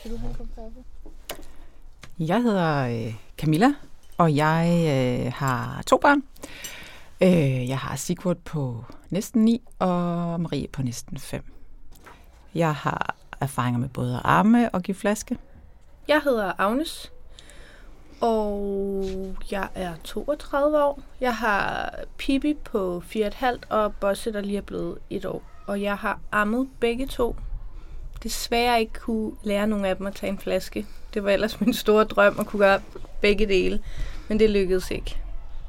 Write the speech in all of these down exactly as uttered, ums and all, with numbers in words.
Vil du have en kop kaffe? Jeg hedder øh, Camilla, og jeg øh, har to børn. Øh, jeg har Sigurd på næsten ni, og Marie på næsten fem. Jeg har erfaringer med både at amme og give flaske. Jeg hedder Agnes, og jeg er toogtredive år. Jeg har Pippi på fire og et halvt og Bosse, der lige er blevet et år. Og jeg har ammet begge to. Desværre ikke kunne lære nogen af dem at tage en flaske. Det var ellers min store drøm at kunne gøre begge dele, men det lykkedes ikke.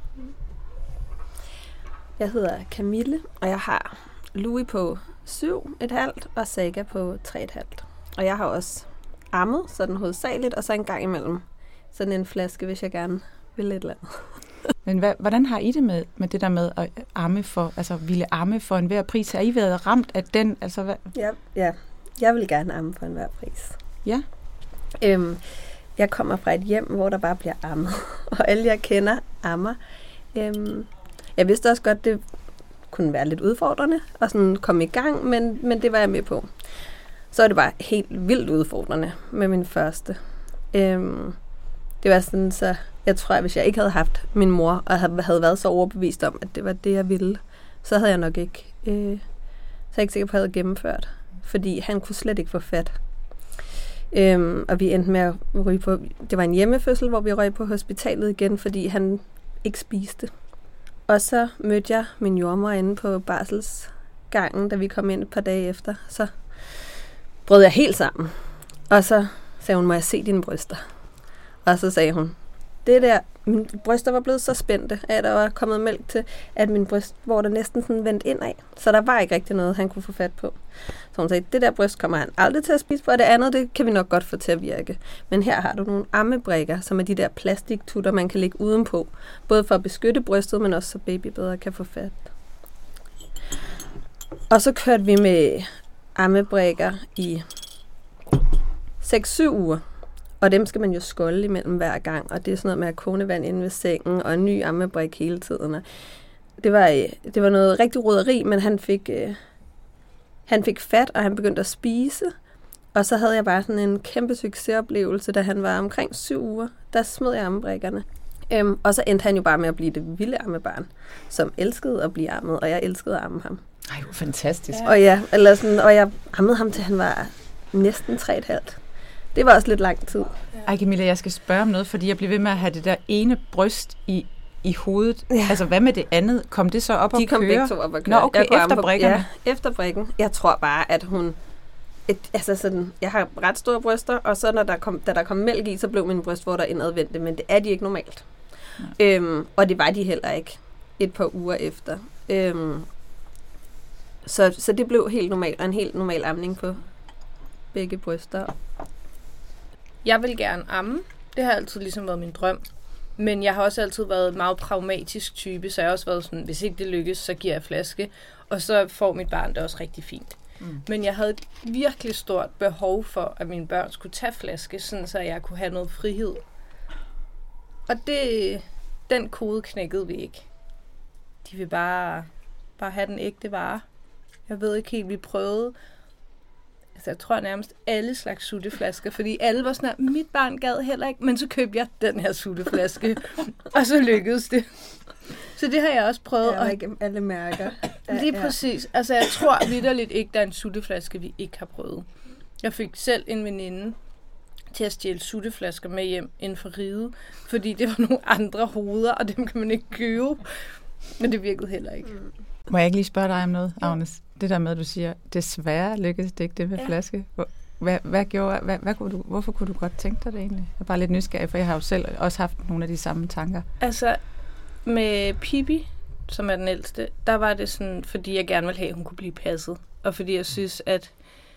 Jeg hedder Camille, og jeg har Louis på syv et halvt og Saga på tre et halvt. Og jeg har også ammet sådan hovedsageligt, og så en gang imellem sådan en flaske, hvis jeg gerne vil et eller andet. Men hvad, hvordan har I det med, med det der med at amme for, altså ville amme for enhver pris? Har I været ramt af den? Altså, hvad? Ja, ja, jeg vil gerne amme for enhver pris. Ja. Øhm, jeg kommer fra et hjem, hvor der bare bliver ammet, og alle jeg kender ammer. Øhm, jeg vidste også godt, det kunne være lidt udfordrende at sådan komme i gang, men, men det var jeg med på. Så er det bare helt vildt udfordrende med min første. Øhm, det var sådan, så jeg tror, at hvis jeg ikke havde haft min mor, og havde været så overbevist om, at det var det, jeg ville, så havde jeg nok ikke, øh, så er jeg ikke sikker på, at jeg havde gennemført. Fordi han kunne slet ikke få fat. Øhm, og vi endte med at ryge på, det var en hjemmefødsel, hvor vi røg på hospitalet igen, fordi han ikke spiste. Og så mødte jeg min jordmor inde på barselsgangen, da vi kom ind et par dage efter. Så brød jeg helt sammen. Og så sagde hun, må jeg se dine bryster? Og så sagde hun, det der, mine bryster var blevet så spændte, at der var kommet mælk til, at min bryst, hvor der næsten sådan vendt indad. Så der var ikke rigtig noget, han kunne få fat på. Så hun sagde, det der bryst kommer han aldrig til at spise på, og det andet, det kan vi nok godt få til at virke. Men her har du nogle ammebrikker, som er de der plastiktutter, man kan lægge udenpå. Både for at beskytte brystet, men også så baby bedre kan få fat. Og så kørte vi med ammebrikker i seks syv uger. Og dem skal man jo skolde imellem hver gang, og det er sådan noget med at kone vand inde ved sengen, og en ny ammebrik hele tiden. Og det var, det var noget rigtig roderi, men han fik, øh, han fik fat, og han begyndte at spise. Og så havde jeg bare sådan en kæmpe succesoplevelse, da han var omkring syv uger. Der smed jeg ammebrikkerne. Øhm, og så endte han jo bare med at blive det vilde ammebarn, som elskede at blive ammet, og jeg elskede at amme ham. Ej, hvor fantastisk. Ja. Og, ja, eller sådan, og jeg ammede ham, til han var næsten tre et halvt. Det var også lidt lang tid. Ej, Camilla, jeg skal spørge om noget, fordi jeg blev ved med at have det der ene bryst i, i hovedet. Ja. Altså, hvad med det andet? Kom det så op og køre? De kom begge to op og køre. Nå, okay, efter brikkerne. Ja, efter brikken. Jeg tror bare, at hun... Et, altså sådan, jeg har ret store bryster, og så når der kom, da der kom mælk i, så blev min brystvorter indadvendte, men det er de ikke normalt. Øhm, og det var de heller ikke et par uger efter. Øhm, så, så det blev helt normalt, og en helt normal amning på begge bryster. Jeg vil gerne amme. Det har altid ligesom været min drøm. Men jeg har også altid været en meget pragmatisk type, så jeg har også været sådan, hvis ikke det lykkes, så giver jeg flaske. Og så får mit barn det også rigtig fint. Mm. Men jeg havde et virkelig stort behov for, at mine børn skulle tage flaske, sådan så jeg kunne have noget frihed. Og det, den kode knækkede vi ikke. De vil bare, bare have den ægte vare. Jeg ved ikke helt, vi prøvede... Altså, jeg tror nærmest alle slags sutteflasker, fordi alle var sådan her, mit barn gad heller ikke, men så købte jeg den her sutteflaske, og så lykkedes det. Så det har jeg også prøvet. Ja, ikke alle mærker. Ja, lige ja. Præcis. Altså, jeg tror vitterligt ikke, der er en sutteflaske, vi ikke har prøvet. Jeg fik selv en veninde til at stjæle sutteflasker med hjem inden for riget, fordi det var nogle andre hoveder, og dem kan man ikke købe. Men det virkede heller ikke. Mm. Må jeg ikke lige spørge dig om noget, Agnes? Det der med, at du siger, desværre lykkedes det ikke det med ja. flaske. Hvad, hvad gjorde, hvad, hvad kunne du, hvorfor kunne du godt tænke dig det egentlig? Jeg er bare lidt nysgerrig, for jeg har jo selv også haft nogle af de samme tanker. Altså, med Pippi, som er den ældste, der var det sådan, fordi jeg gerne ville have, at hun kunne blive passet. Og fordi jeg synes, at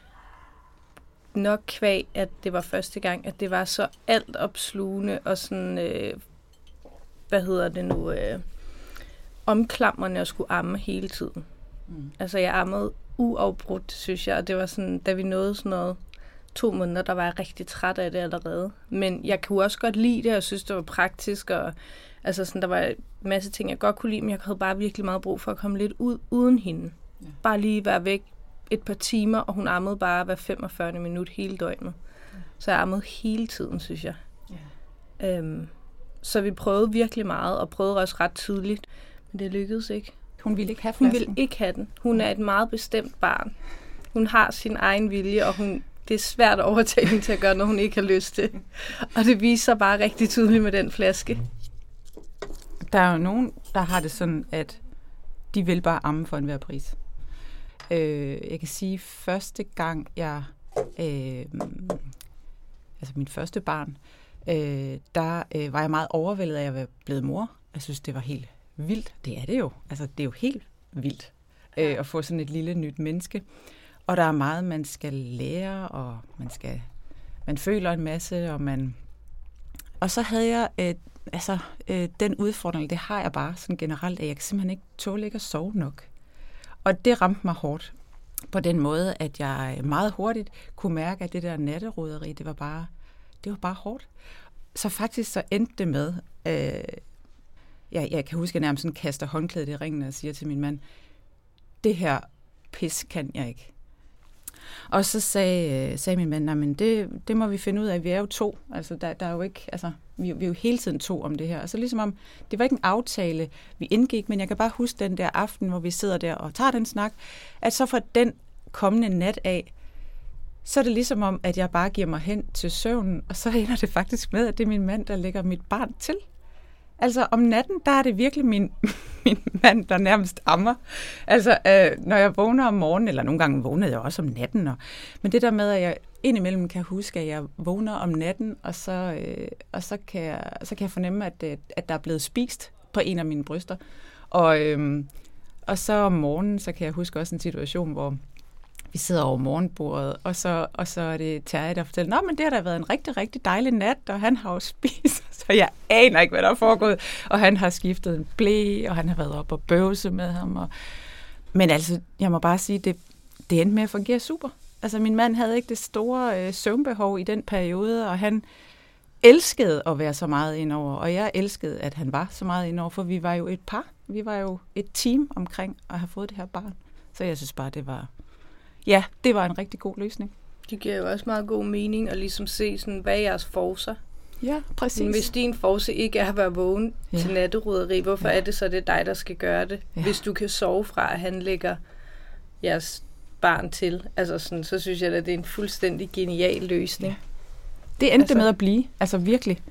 nok kvæg, at det var første gang, at det var så altopslugende og sådan, øh, hvad hedder det nu... Øh, omklamrende at skulle amme hele tiden. Mm. Altså, jeg ammede uafbrudt, synes jeg, og det var sådan, da vi nåede sådan noget to måneder, der var jeg rigtig træt af det allerede. Men jeg kunne også godt lide det, og jeg synes, det var praktisk, og altså sådan, der var en masse ting, jeg godt kunne lide, men jeg havde bare virkelig meget brug for at komme lidt ud uden hende. Ja. Bare lige være væk et par timer, og hun ammede bare hver femogfyrre minut hele døgnet. Så jeg ammede hele tiden, synes jeg. Ja. Øhm, så vi prøvede virkelig meget, og prøvede også ret tidligt, men det lykkedes ikke. Hun ville ikke have Hun flasken? ville ikke have den. Hun er et meget bestemt barn. Hun har sin egen vilje, og hun, det er svært at overtale hende til at gøre noget, hun ikke har lyst til. Og det viser sig bare rigtig tydeligt med den flaske. Der er jo nogen, der har det sådan, at de vil bare amme for enhver pris. Øh, jeg kan sige, første gang jeg, øh, altså min første barn, øh, der øh, var jeg meget overvældet af at være blevet mor. Jeg synes, det var helt vildt. Det er det jo. Altså, det er jo helt vildt øh, at få sådan et lille nyt menneske. Og der er meget, man skal lære, og man skal, man føler en masse, og man... Og så havde jeg, øh, altså, øh, den udfordring, det har jeg bare sådan generelt, at jeg kan simpelthen ikke tåle ikke at sove nok. Og det ramte mig hårdt på den måde, at jeg meget hurtigt kunne mærke, at det der natteroderi, det var bare, det var bare hårdt. Så faktisk så endte det med, øh, jeg, jeg kan huske, at jeg nærmest sådan kaster håndklædet i ringen og siger til min mand, det her pis kan jeg ikke. Og så sagde, sagde min mand, men det, det må vi finde ud af, vi er jo to. Altså, der, der er jo ikke, altså, vi, vi er jo hele tiden to om det her. Altså ligesom om, det var ikke en aftale, vi indgik, men jeg kan bare huske den der aften, hvor vi sidder der og tager den snak, at så fra den kommende nat af, så er det ligesom om, at jeg bare giver mig hen til søvnen, og så ender det faktisk med, at det er min mand, der lægger mit barn til. Altså om natten, der er det virkelig min, min mand, der nærmest ammer. Altså øh, når jeg vågner om morgenen, eller nogle gange vågnede jeg også om natten, og, men det der med, at jeg indimellem kan huske, at jeg vågner om natten, og så, øh, og så, kan, jeg, så kan jeg fornemme, at, at der er blevet spist på en af mine bryster. Og, øh, og så om morgenen, så kan jeg huske også en situation, hvor vi sidder over morgenbordet, og så, og så er det Terje, der fortæller, nå, men det har da været en rigtig, rigtig dejlig nat, og han har jo spist, så jeg aner ikke, hvad der er foregået, og han har skiftet en ble, og han har været op og bøvse med ham. Og... Men altså, jeg må bare sige, det, det endte med at fungere super. Altså, min mand havde ikke det store øh, søvnbehov i den periode, og han elskede at være så meget indover, og jeg elskede, at han var så meget indover, for vi var jo et par, vi var jo et team omkring at have fået det her barn. Så jeg synes bare, det var... Ja, det var en rigtig god løsning. Det giver jo også meget god mening at ligesom se, sådan, hvad er jeres forcer? Ja, præcis. Hvis din force ikke er at være vågen ja. til natteroderi, hvorfor ja. er det så, det er dig, der skal gøre det? Ja. Hvis du kan sove fra, at han lægger jeres barn til, altså sådan, så synes jeg, at det er en fuldstændig genial løsning. Ja. Det endte altså, med at blive, altså virkelig.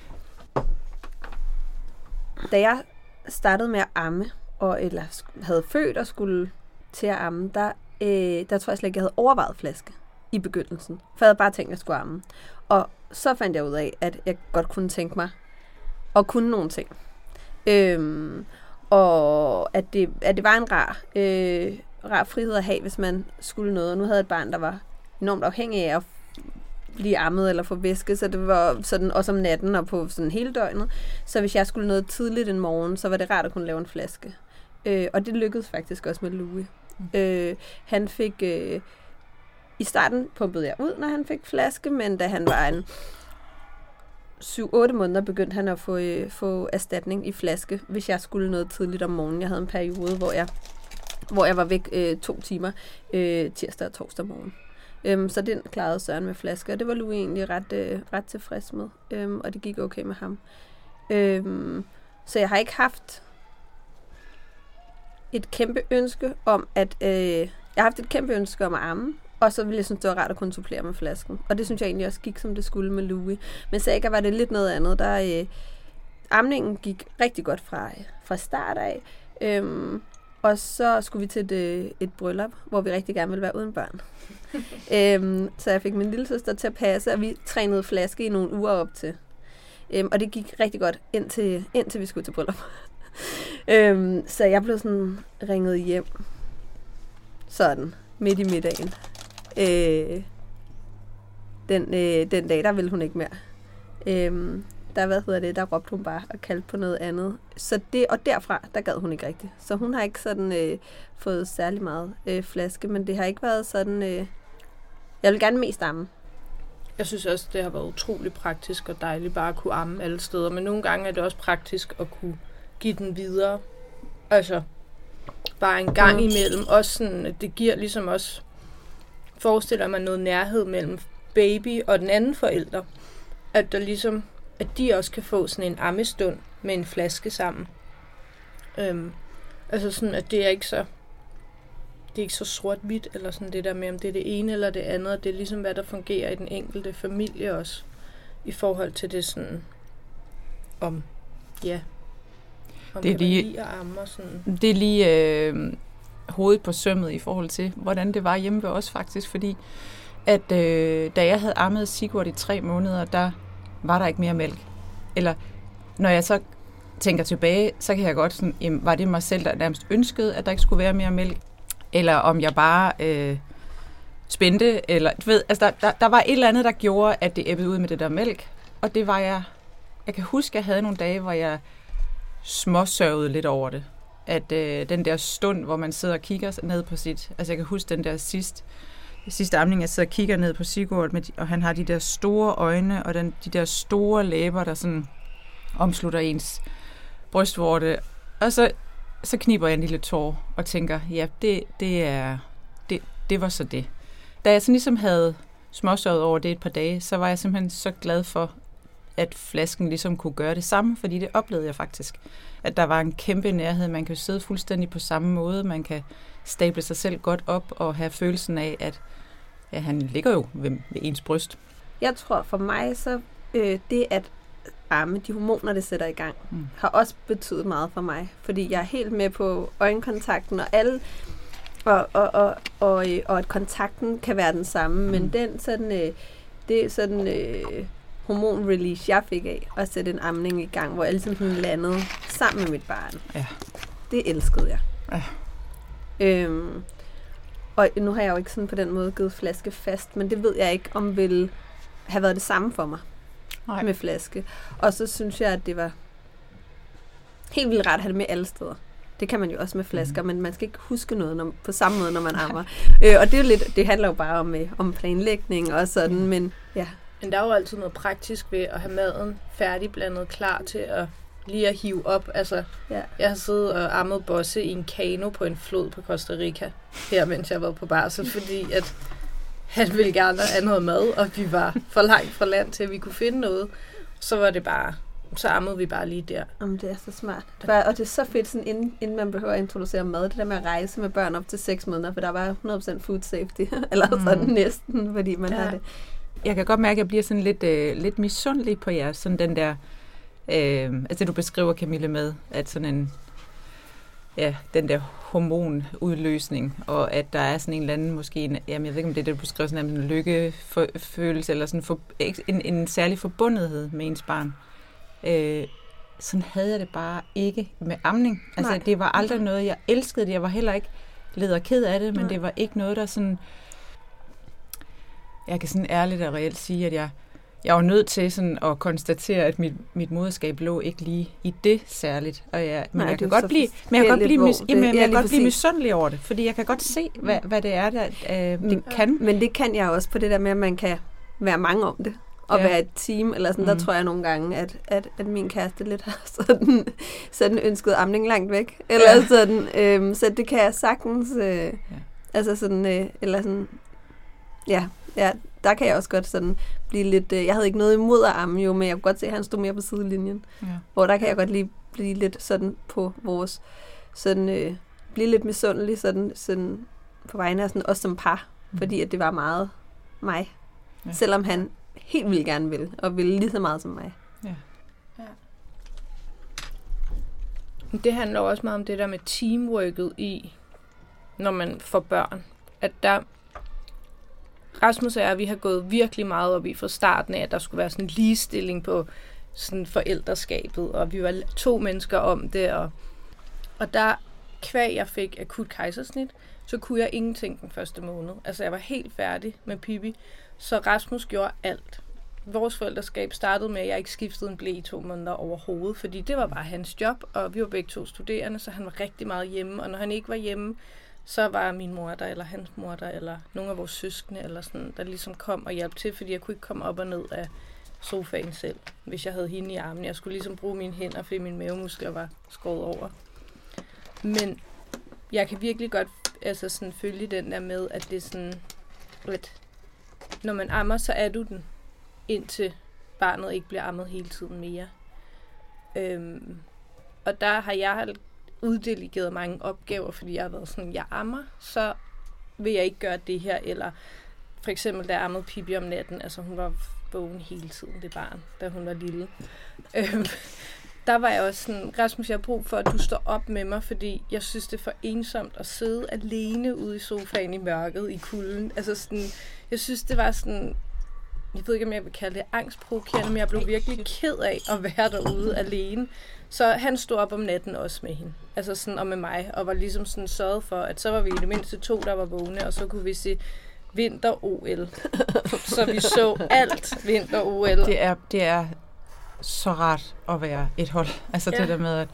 Da jeg startede med at amme, og eller havde født og skulle til at amme, der Øh, der tror jeg slet ikke, jeg havde overvejet flaske i begyndelsen. For jeg havde bare tænkt, at jeg skulle amme. Og så fandt jeg ud af, at jeg godt kunne tænke mig at kunne nogle ting. Øhm, og at det, at det var en rar, øh, rar frihed at have, hvis man skulle noget. Og nu havde jeg et barn, der var enormt afhængig af at blive ammet eller få væske, så det var sådan også om natten og på sådan hele døgnet. Så hvis jeg skulle noget tidligt en morgen, så var det rart at kunne lave en flaske. Øh, og det lykkedes faktisk også med Louis. Øh, han fik øh, i starten pumpede jeg ud, når han fik flaske, men da han var en syv otte måneder, begyndte han at få, øh, få erstatning i flaske, hvis jeg skulle noget tidligt om morgenen. Jeg havde en periode, hvor jeg, hvor jeg var væk øh, to timer øh, tirsdag og torsdag morgen. Øhm, så den klarede Søren med flaske, og det var Louis egentlig ret, øh, ret tilfreds med, øhm, og det gik okay med ham. Øhm, så jeg har ikke haft et kæmpe ønske om at... Øh, jeg har haft et kæmpe ønske om at amme, og så ville jeg synes, det var rart at kunne supplere med flasken. Og det synes jeg egentlig også gik, som det skulle med Louis. Men Saga var det lidt noget andet. Der, øh, amningen gik rigtig godt fra, fra start af. Øhm, og så skulle vi til et, et bryllup, hvor vi rigtig gerne ville være uden børn. øhm, så jeg fik min lille søster til at passe, og vi trænede flaske i nogle uger op til. Øhm, og det gik rigtig godt, indtil, indtil vi skulle til bryllup. øhm, så jeg blev sådan ringet hjem. Sådan, midt i middagen. Øh, den, øh, den dag, der ville hun ikke mere. Øh, der, hvad hedder det, der råbte hun bare og kaldte på noget andet. Så det, og derfra, der gad hun ikke rigtigt. Så hun har ikke sådan øh, fået særlig meget øh, flaske, men det har ikke været sådan... Øh, jeg vil gerne mest amme. Jeg synes også, det har været utrolig praktisk og dejligt bare at kunne amme alle steder, men nogle gange er det også praktisk at kunne give den videre. Altså, bare en gang imellem. Også sådan, det giver ligesom også, forestiller man noget nærhed mellem baby og den anden forælder, at der ligesom, at de også kan få sådan en ammestund med en flaske sammen. Øhm, altså sådan, at det er ikke så, det er ikke så sort-hvidt, eller sådan det der med, om det er det ene eller det andet. Det er ligesom, hvad der fungerer i den enkelte familie også, i forhold til det sådan, om, ja, om det er lige, lige at amme og sådan. Det er lige øh, hovedet på sømmet i forhold til, hvordan det var hjemme ved os faktisk, fordi at øh, da jeg havde ammet Sigurd i tre måneder, der var der ikke mere mælk. Eller når jeg så tænker tilbage, så kan jeg godt sådan, jamen, var det mig selv, der nærmest ønskede, at der ikke skulle være mere mælk? Eller om jeg bare øh, spændte, eller du ved, altså der, der, der var et eller andet, der gjorde, at det æbbede ud med det der mælk. Og det var jeg, jeg kan huske, jeg havde nogle dage, hvor jeg småsørgede lidt over det. At øh, den der stund, hvor man sidder og kigger ned på sit, altså jeg kan huske den der sidste, sidste amning, jeg sidder og kigger ned på Sigurd, med de, og han har de der store øjne, og den, de der store læber, der sådan omslutter ens brystvorte. Og så, så kniber jeg en lille tår og tænker, ja, det, det, er, det, det var så det. Da jeg sådan ligesom havde småsørget over det et par dage, så var jeg simpelthen så glad for, at flasken ligesom kunne gøre det samme, fordi det oplevede jeg faktisk. At der var en kæmpe nærhed, man kan sidde fuldstændig på samme måde, man kan stable sig selv godt op og have følelsen af, at ja, han ligger jo ved, ved ens bryst. Jeg tror for mig, så øh, det at amme, de hormoner, det sætter i gang, mm. har også betydet meget for mig. Fordi jeg er helt med på øjenkontakten og alle, og, og, og, og, og at kontakten kan være den samme, mm. men den sådan, øh, det er sådan øh, hormonrelease, jeg fik af at sætte en amning i gang, hvor jeg ligesom sådan landede sammen med mit barn. Ja. Det elskede jeg. Ja. Øhm, og nu har jeg jo ikke sådan på den måde givet flaske fast, men det ved jeg ikke, om vil have været det samme for mig. Nej. Med flaske. Og så synes jeg, at det var helt vildt rart at have det med alle steder. Det kan man jo også med flasker, mm. men man skal ikke huske noget når, på samme måde, når man ammer. øh, og det, er jo lidt, det handler jo bare om, om planlægning og sådan, mm. men ja. Men der er jo altid noget praktisk ved at have maden færdigblandet klar til at lige at hive op. Altså, ja. Jeg har siddet og ammet Bosse i en kano på en flod på Costa Rica, her mens jeg har været på barsel, fordi at han ville gerne have noget mad, og vi var for langt fra land til, at vi kunne finde noget. Så var det bare, så ammede vi bare lige der. Jamen, det er så smart. Og det er så fedt, sådan, inden, inden man behøver at introducere mad, det der med at rejse med børn op til seks måneder, for der var hundrede procent food safety, eller mm. sådan næsten, fordi man ja. har det. Jeg kan godt mærke, at jeg bliver sådan lidt, øh, lidt misundelig på jer, sådan den der, øh, altså du beskriver, Camille, med, at sådan en, ja, den der hormonudløsning, og at der er sådan en eller anden, måske, en, jamen jeg ved ikke, om det er det, du beskriver, sådan en lykkefølelse, eller sådan for, en, en særlig forbundethed med ens barn. Øh, sådan havde jeg det bare ikke med amning. Altså, Nej. Det var aldrig noget, jeg elskede det. Jeg var heller ikke led og ked af det, men Nej. Det var ikke noget, der sådan... Jeg kan sådan ærligt og reelt sige, at jeg, jeg var nødt til sådan at konstatere, at mit, mit moderskab lå ikke lige i det særligt. Og jeg, men, Nej, jeg kan godt blive, men jeg kan godt blive, mis, jamen, jeg kan godt blive misundelig over det, fordi jeg kan godt se, hvad, hvad det er, der øh, det kan. Men det kan jeg også på det der med, at man kan være mange om det. Og ja. være et team, eller sådan, der mm. tror jeg nogle gange, at, at, at min kæreste lidt har sådan, sådan ønsket amning langt væk. Eller ja. sådan, øhm, så det kan jeg sagtens, øh, ja. altså sådan, øh, eller sådan, ja, ja, der kan jeg også godt sådan blive lidt, øh, jeg havde ikke noget imod at amme jo, men jeg kunne godt se, at han stod mere på sidelinjen. Ja. Hvor der kan jeg godt lige blive lidt sådan på vores, sådan, øh, blive lidt misundelig, sådan, sådan på vegne af sådan, os som par, mm. fordi at det var meget mig. Ja. Selvom han helt vildt gerne vil, og vil lige så meget som mig. Ja. Ja. Det handler også meget om det der med teamworket i, når man får børn. At der, Rasmus og jeg, vi har gået virkelig meget op i fra starten af, at der skulle være sådan en ligestilling på sådan forældreskabet, og vi var to mennesker om det, og, og der, kvæg jeg fik akut kejsersnit, så kunne jeg ingenting den første måned. Altså jeg var helt færdig med Pippi, så Rasmus gjorde alt. Vores forældreskab startede med, at jeg ikke skiftede en ble i to måneder overhovedet, fordi det var bare hans job, og vi var begge to studerende, så han var rigtig meget hjemme, og når han ikke var hjemme, så var min mor der, eller hans mor der, eller nogle af vores søskende, eller sådan, der ligesom kom og hjalp til, fordi jeg kunne ikke komme op og ned af sofaen selv, hvis jeg havde hende i armen. Jeg skulle ligesom bruge mine hænder, fordi mine mavemuskler var skåret over. Men jeg kan virkelig godt altså sådan følge den der med, at det er sådan, at når man ammer, så er du den, indtil barnet ikke bliver ammet hele tiden mere. Øhm, og der har jeg uddelegeret mange opgaver, fordi jeg har været sådan, jeg ammer, så vil jeg ikke gøre det her, eller for eksempel, da jeg ammede Pippi om natten, altså hun var vågen hele tiden, det barn, da hun var lille. Øhm, der var jeg også sådan, Rasmus, jeg har brug for, at du står op med mig, fordi jeg synes, det er for ensomt at sidde alene ude i sofaen i mørket, i kulden. Altså sådan, jeg synes, det var sådan, jeg ved ikke, om jeg vil kalde det angstprovokerende, men jeg blev virkelig ked af at være derude alene. Så han stod op om natten også med hende, altså sådan, og med mig, og var ligesom sådan sørget for, at så var vi i det mindste to, der var vågne, og så kunne vi se vinter-O L. Så vi så alt vinter-O L. Det er, det er så rart at være et hold. Altså ja. Det der med, at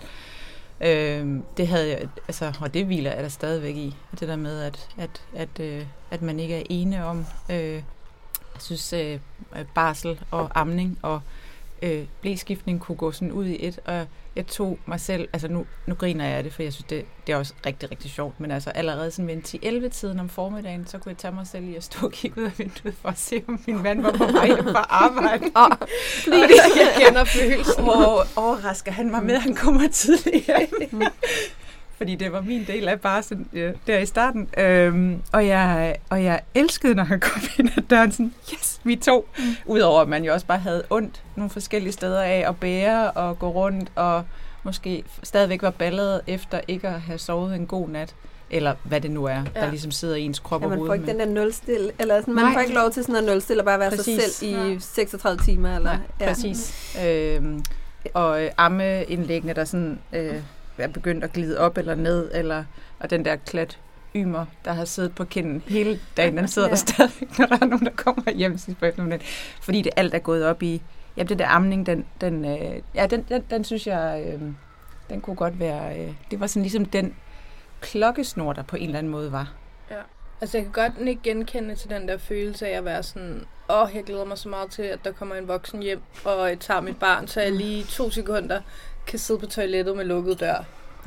øh, det havde jeg, altså, og det hviler jeg der stadigvæk i. Det der med, at, at, at, øh, at man ikke er ene om, øh, jeg synes, øh, barsel og amning og øh, blæskiftning kunne gå sådan ud i et, og jeg tog mig selv, altså nu, nu griner jeg af det, for jeg synes, det, det er også rigtig, rigtig sjovt, men altså allerede sådan ved en ti elleve tiden om formiddagen, så kunne jeg tage mig selv i at stå og kigge ud af vinduet for at se, om min mand var på vej hjem fra arbejde. Og, fordi jeg kender følelsen. Og overrasker han mig med, at han kommer tidligere. Fordi det var min del af barsel ja, der i starten. Øhm, og, jeg, og jeg elskede, når han kom ind ad døren, sådan, yes, vi to. Mm. Udover at man jo også bare havde ondt nogle forskellige steder af at bære og gå rundt, og måske stadigvæk var ballet efter ikke at have sovet en god nat. Eller hvad det nu er, ja. Der ligesom sidder i ens krop ja, og hoved. Man får ikke med. den der nulstil, eller sådan, man får ikke lov til sådan at nulstille og bare være Præcis. sig selv i ja. seksogtredive timer. Eller, Nej, ja. Præcis. Øhm, og øh, ammeindlæggene, der sådan... Øh, er begyndt at glide op eller ned, eller, og den der klat ymer, der har siddet på kinden hele dagen, den sidder ja. der stadigvæk, når der er nogen, der kommer hjem sidst på eftermiddagen. Fordi det alt er gået op i, jamen det der amning, den, den, øh, ja, den, den, den synes jeg, øh, den kunne godt være, øh, det var sådan ligesom den klokkesnor, der på en eller anden måde var. Ja, altså jeg kan godt ikke genkende til den der følelse af at være sådan, åh, oh, jeg glæder mig så meget til, at der kommer en voksen hjem, og jeg tager mit barn, så jeg lige to sekunder kan sidde på toilettet med lukket dør.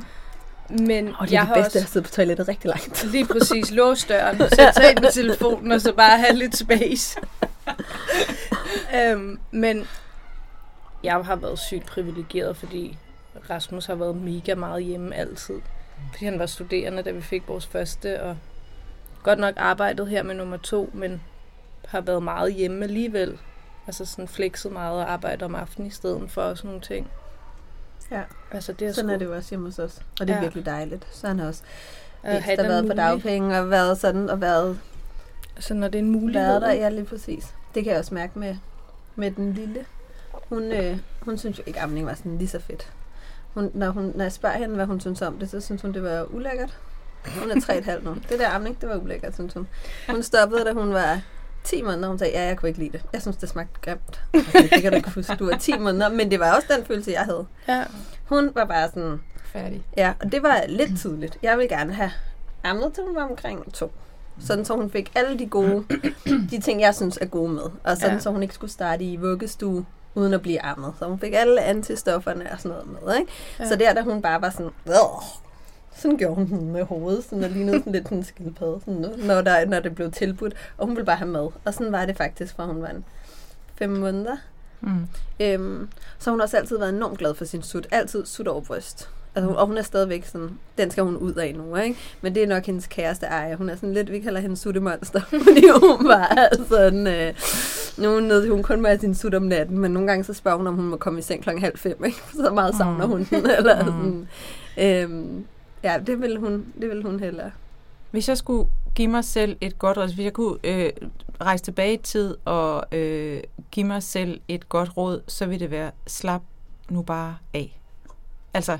Men oh, det er jeg det har bedste, også, at sidde på toilettet rigtig langt. Lige præcis, lås døren, så tage ind med telefonen, og så bare have lidt space. øhm, men jeg har været sygt privilegeret, fordi Rasmus har været mega meget hjemme altid. Fordi han var studerende, da vi fik vores første, og godt nok arbejdet her med nummer to, men har været meget hjemme alligevel. Altså sådan flexet meget og arbejdet om aftenen i stedet for og sådan nogle ting. Ja, altså, det er sådan sgu... er det jo også hjemme hos os. Og det er ja. virkelig dejligt. Så han har også øh, ekstra været på dagpenge og været sådan og været... Altså når det er en mulighed. Været der, ja, lige præcis. Det kan jeg også mærke med, med den lille. Hun, øh, hun synes jo ikke, amning var sådan lige så fedt. Hun, når, hun, når jeg spørger hende, hvad hun synes om det, så synes hun, det var ulækkert. Hun er tre og et halvt nu. Det der amning, det var ulækkert, synes hun. Hun stoppede, da hun var ti måneder, hun sagde, ja, jeg kunne ikke lide det. Jeg synes, det smagte grimt. Altså, det kan du ikke huske, du var ti måneder, men det var også den følelse, jeg havde. Ja. Hun var bare sådan... Færdig. Ja, og det var lidt tidligt. Jeg ville gerne have ammet til hun var omkring to. Sådan, så hun fik alle de gode, de ting, jeg synes er gode med. Og sådan, ja. så hun ikke skulle starte i vuggestue, uden at blive ammet. Så hun fik alle antistofferne og sådan noget med, ikke? Ja. Så der, da hun bare var sådan... Sådan gjorde hun med hovedet, sådan og lignede sådan lidt sådan en skildpadde, sådan, når, der, når det blev tilbudt. Og hun ville bare have mad. Og sådan var det faktisk, fra hun var en fem måneder. Mm. Øhm, så hun har også altid været enormt glad for sin sut. Altid sut over bryst. Altså, hun, og hun er stadigvæk sådan, den skal hun ud af nu, ikke? Men det er nok hendes kæreste Aya. Hun er sådan lidt, vi kalder hende suttemonster. Fordi hun var sådan, øh, nu nød hun kun med sin sut om natten, men nogle gange så spørger hun, om hun må komme i seng klokken halv fem, ikke? Så meget savner hun den, eller sådan. Øhm, ja, det ville hun, det ville hun hellere. Hvis jeg skulle give mig selv et godt råd, hvis jeg kunne øh, rejse tilbage i tid og øh, give mig selv et godt råd, så ville det være, slap nu bare af. Altså,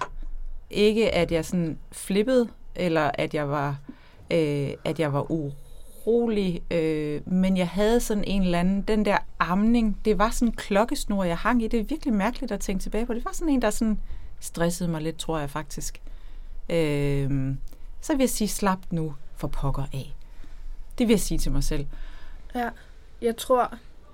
ikke at jeg sådan flippede, eller at jeg var, øh, at jeg var urolig, øh, men jeg havde sådan en eller anden, den der amning, det var sådan en klokkesnor, jeg hang i. Det er virkelig mærkeligt at tænke tilbage på. Det var sådan en, der sådan stressede mig lidt, tror jeg faktisk. Øh, så vil jeg sige, slap nu for pokker af. Det vil jeg sige til mig selv. Ja, jeg tror,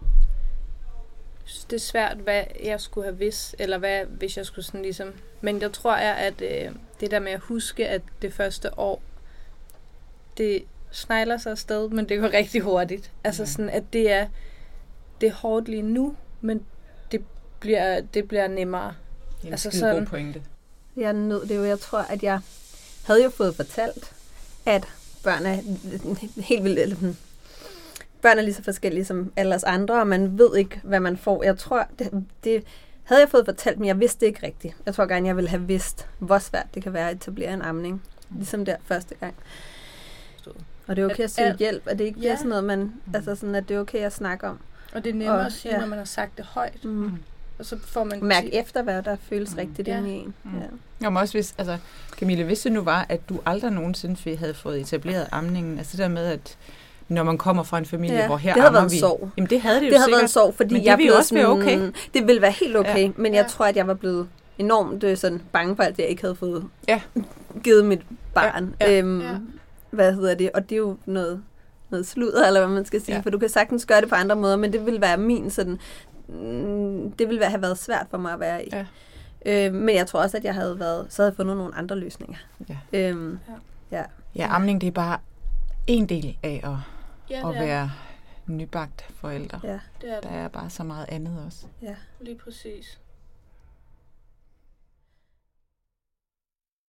det er svært, hvad jeg skulle have vidst, eller hvad, hvis jeg skulle sådan ligesom... Men jeg tror, jeg, at øh, det der med at huske, at det første år, det snegler sig afsted, men det går rigtig hurtigt. Altså Ja. sådan, at det er, det er hårdt lige nu, men det bliver, det bliver nemmere. Det er en Altså skide sådan- god pointe. Jeg nød det jo. Jeg tror, at jeg havde jo fået fortalt, at børn er helt vildt... Eller, hmm, børn er lige så forskellige som alle os andre, og man ved ikke, hvad man får. Jeg tror, det, det havde jeg fået fortalt, men jeg vidste det ikke rigtigt. Jeg tror gerne, jeg ville have vidst, hvor svært det kan være at etablere en amning. Ligesom der første gang. Og det er okay at søge At- hjælp, at det ikke bliver Ja. sådan noget, man... Altså sådan, at det er okay at snakke om. Og det er nemmere Og- at sige, ja. når man har sagt det højt. Mm. Og så får man... Mærke efter, hvad der føles Mm. rigtigt Ja. inde i en. Mm. Ja. Jo, men også hvis, altså, Camille, hvis det nu var, at du aldrig nogensinde havde fået etableret amningen, altså det der med, at når man kommer fra en familie, Ja, hvor her det havde ammer været vi... en sorg. Jamen det havde det, Det jo havde været en sikkert. sorg, fordi Men det jeg ville blev også være sådan, okay. Det ville være helt okay, Ja. men jeg Ja. tror, at jeg var blevet enormt øh, sådan bange for, at jeg ikke havde fået Ja. givet mit barn. Ja, ja. Øhm, Ja. Hvad hedder det? Og det er jo noget, noget sludder, eller hvad man skal sige, Ja. for du kan sagtens gøre det på andre måder, men det ville være min sådan... mm, Det ville være, have været svært for mig at være i. Ja. Øh, men jeg tror også, at jeg havde været, så havde jeg fundet nogle andre løsninger. Ja. Øhm, Ja. ja. Ja, amning, det er bare en del af at, Ja, at det er, være nybagt forældre. Ja. det er Der det. er bare så meget andet også. Ja. Lige præcis.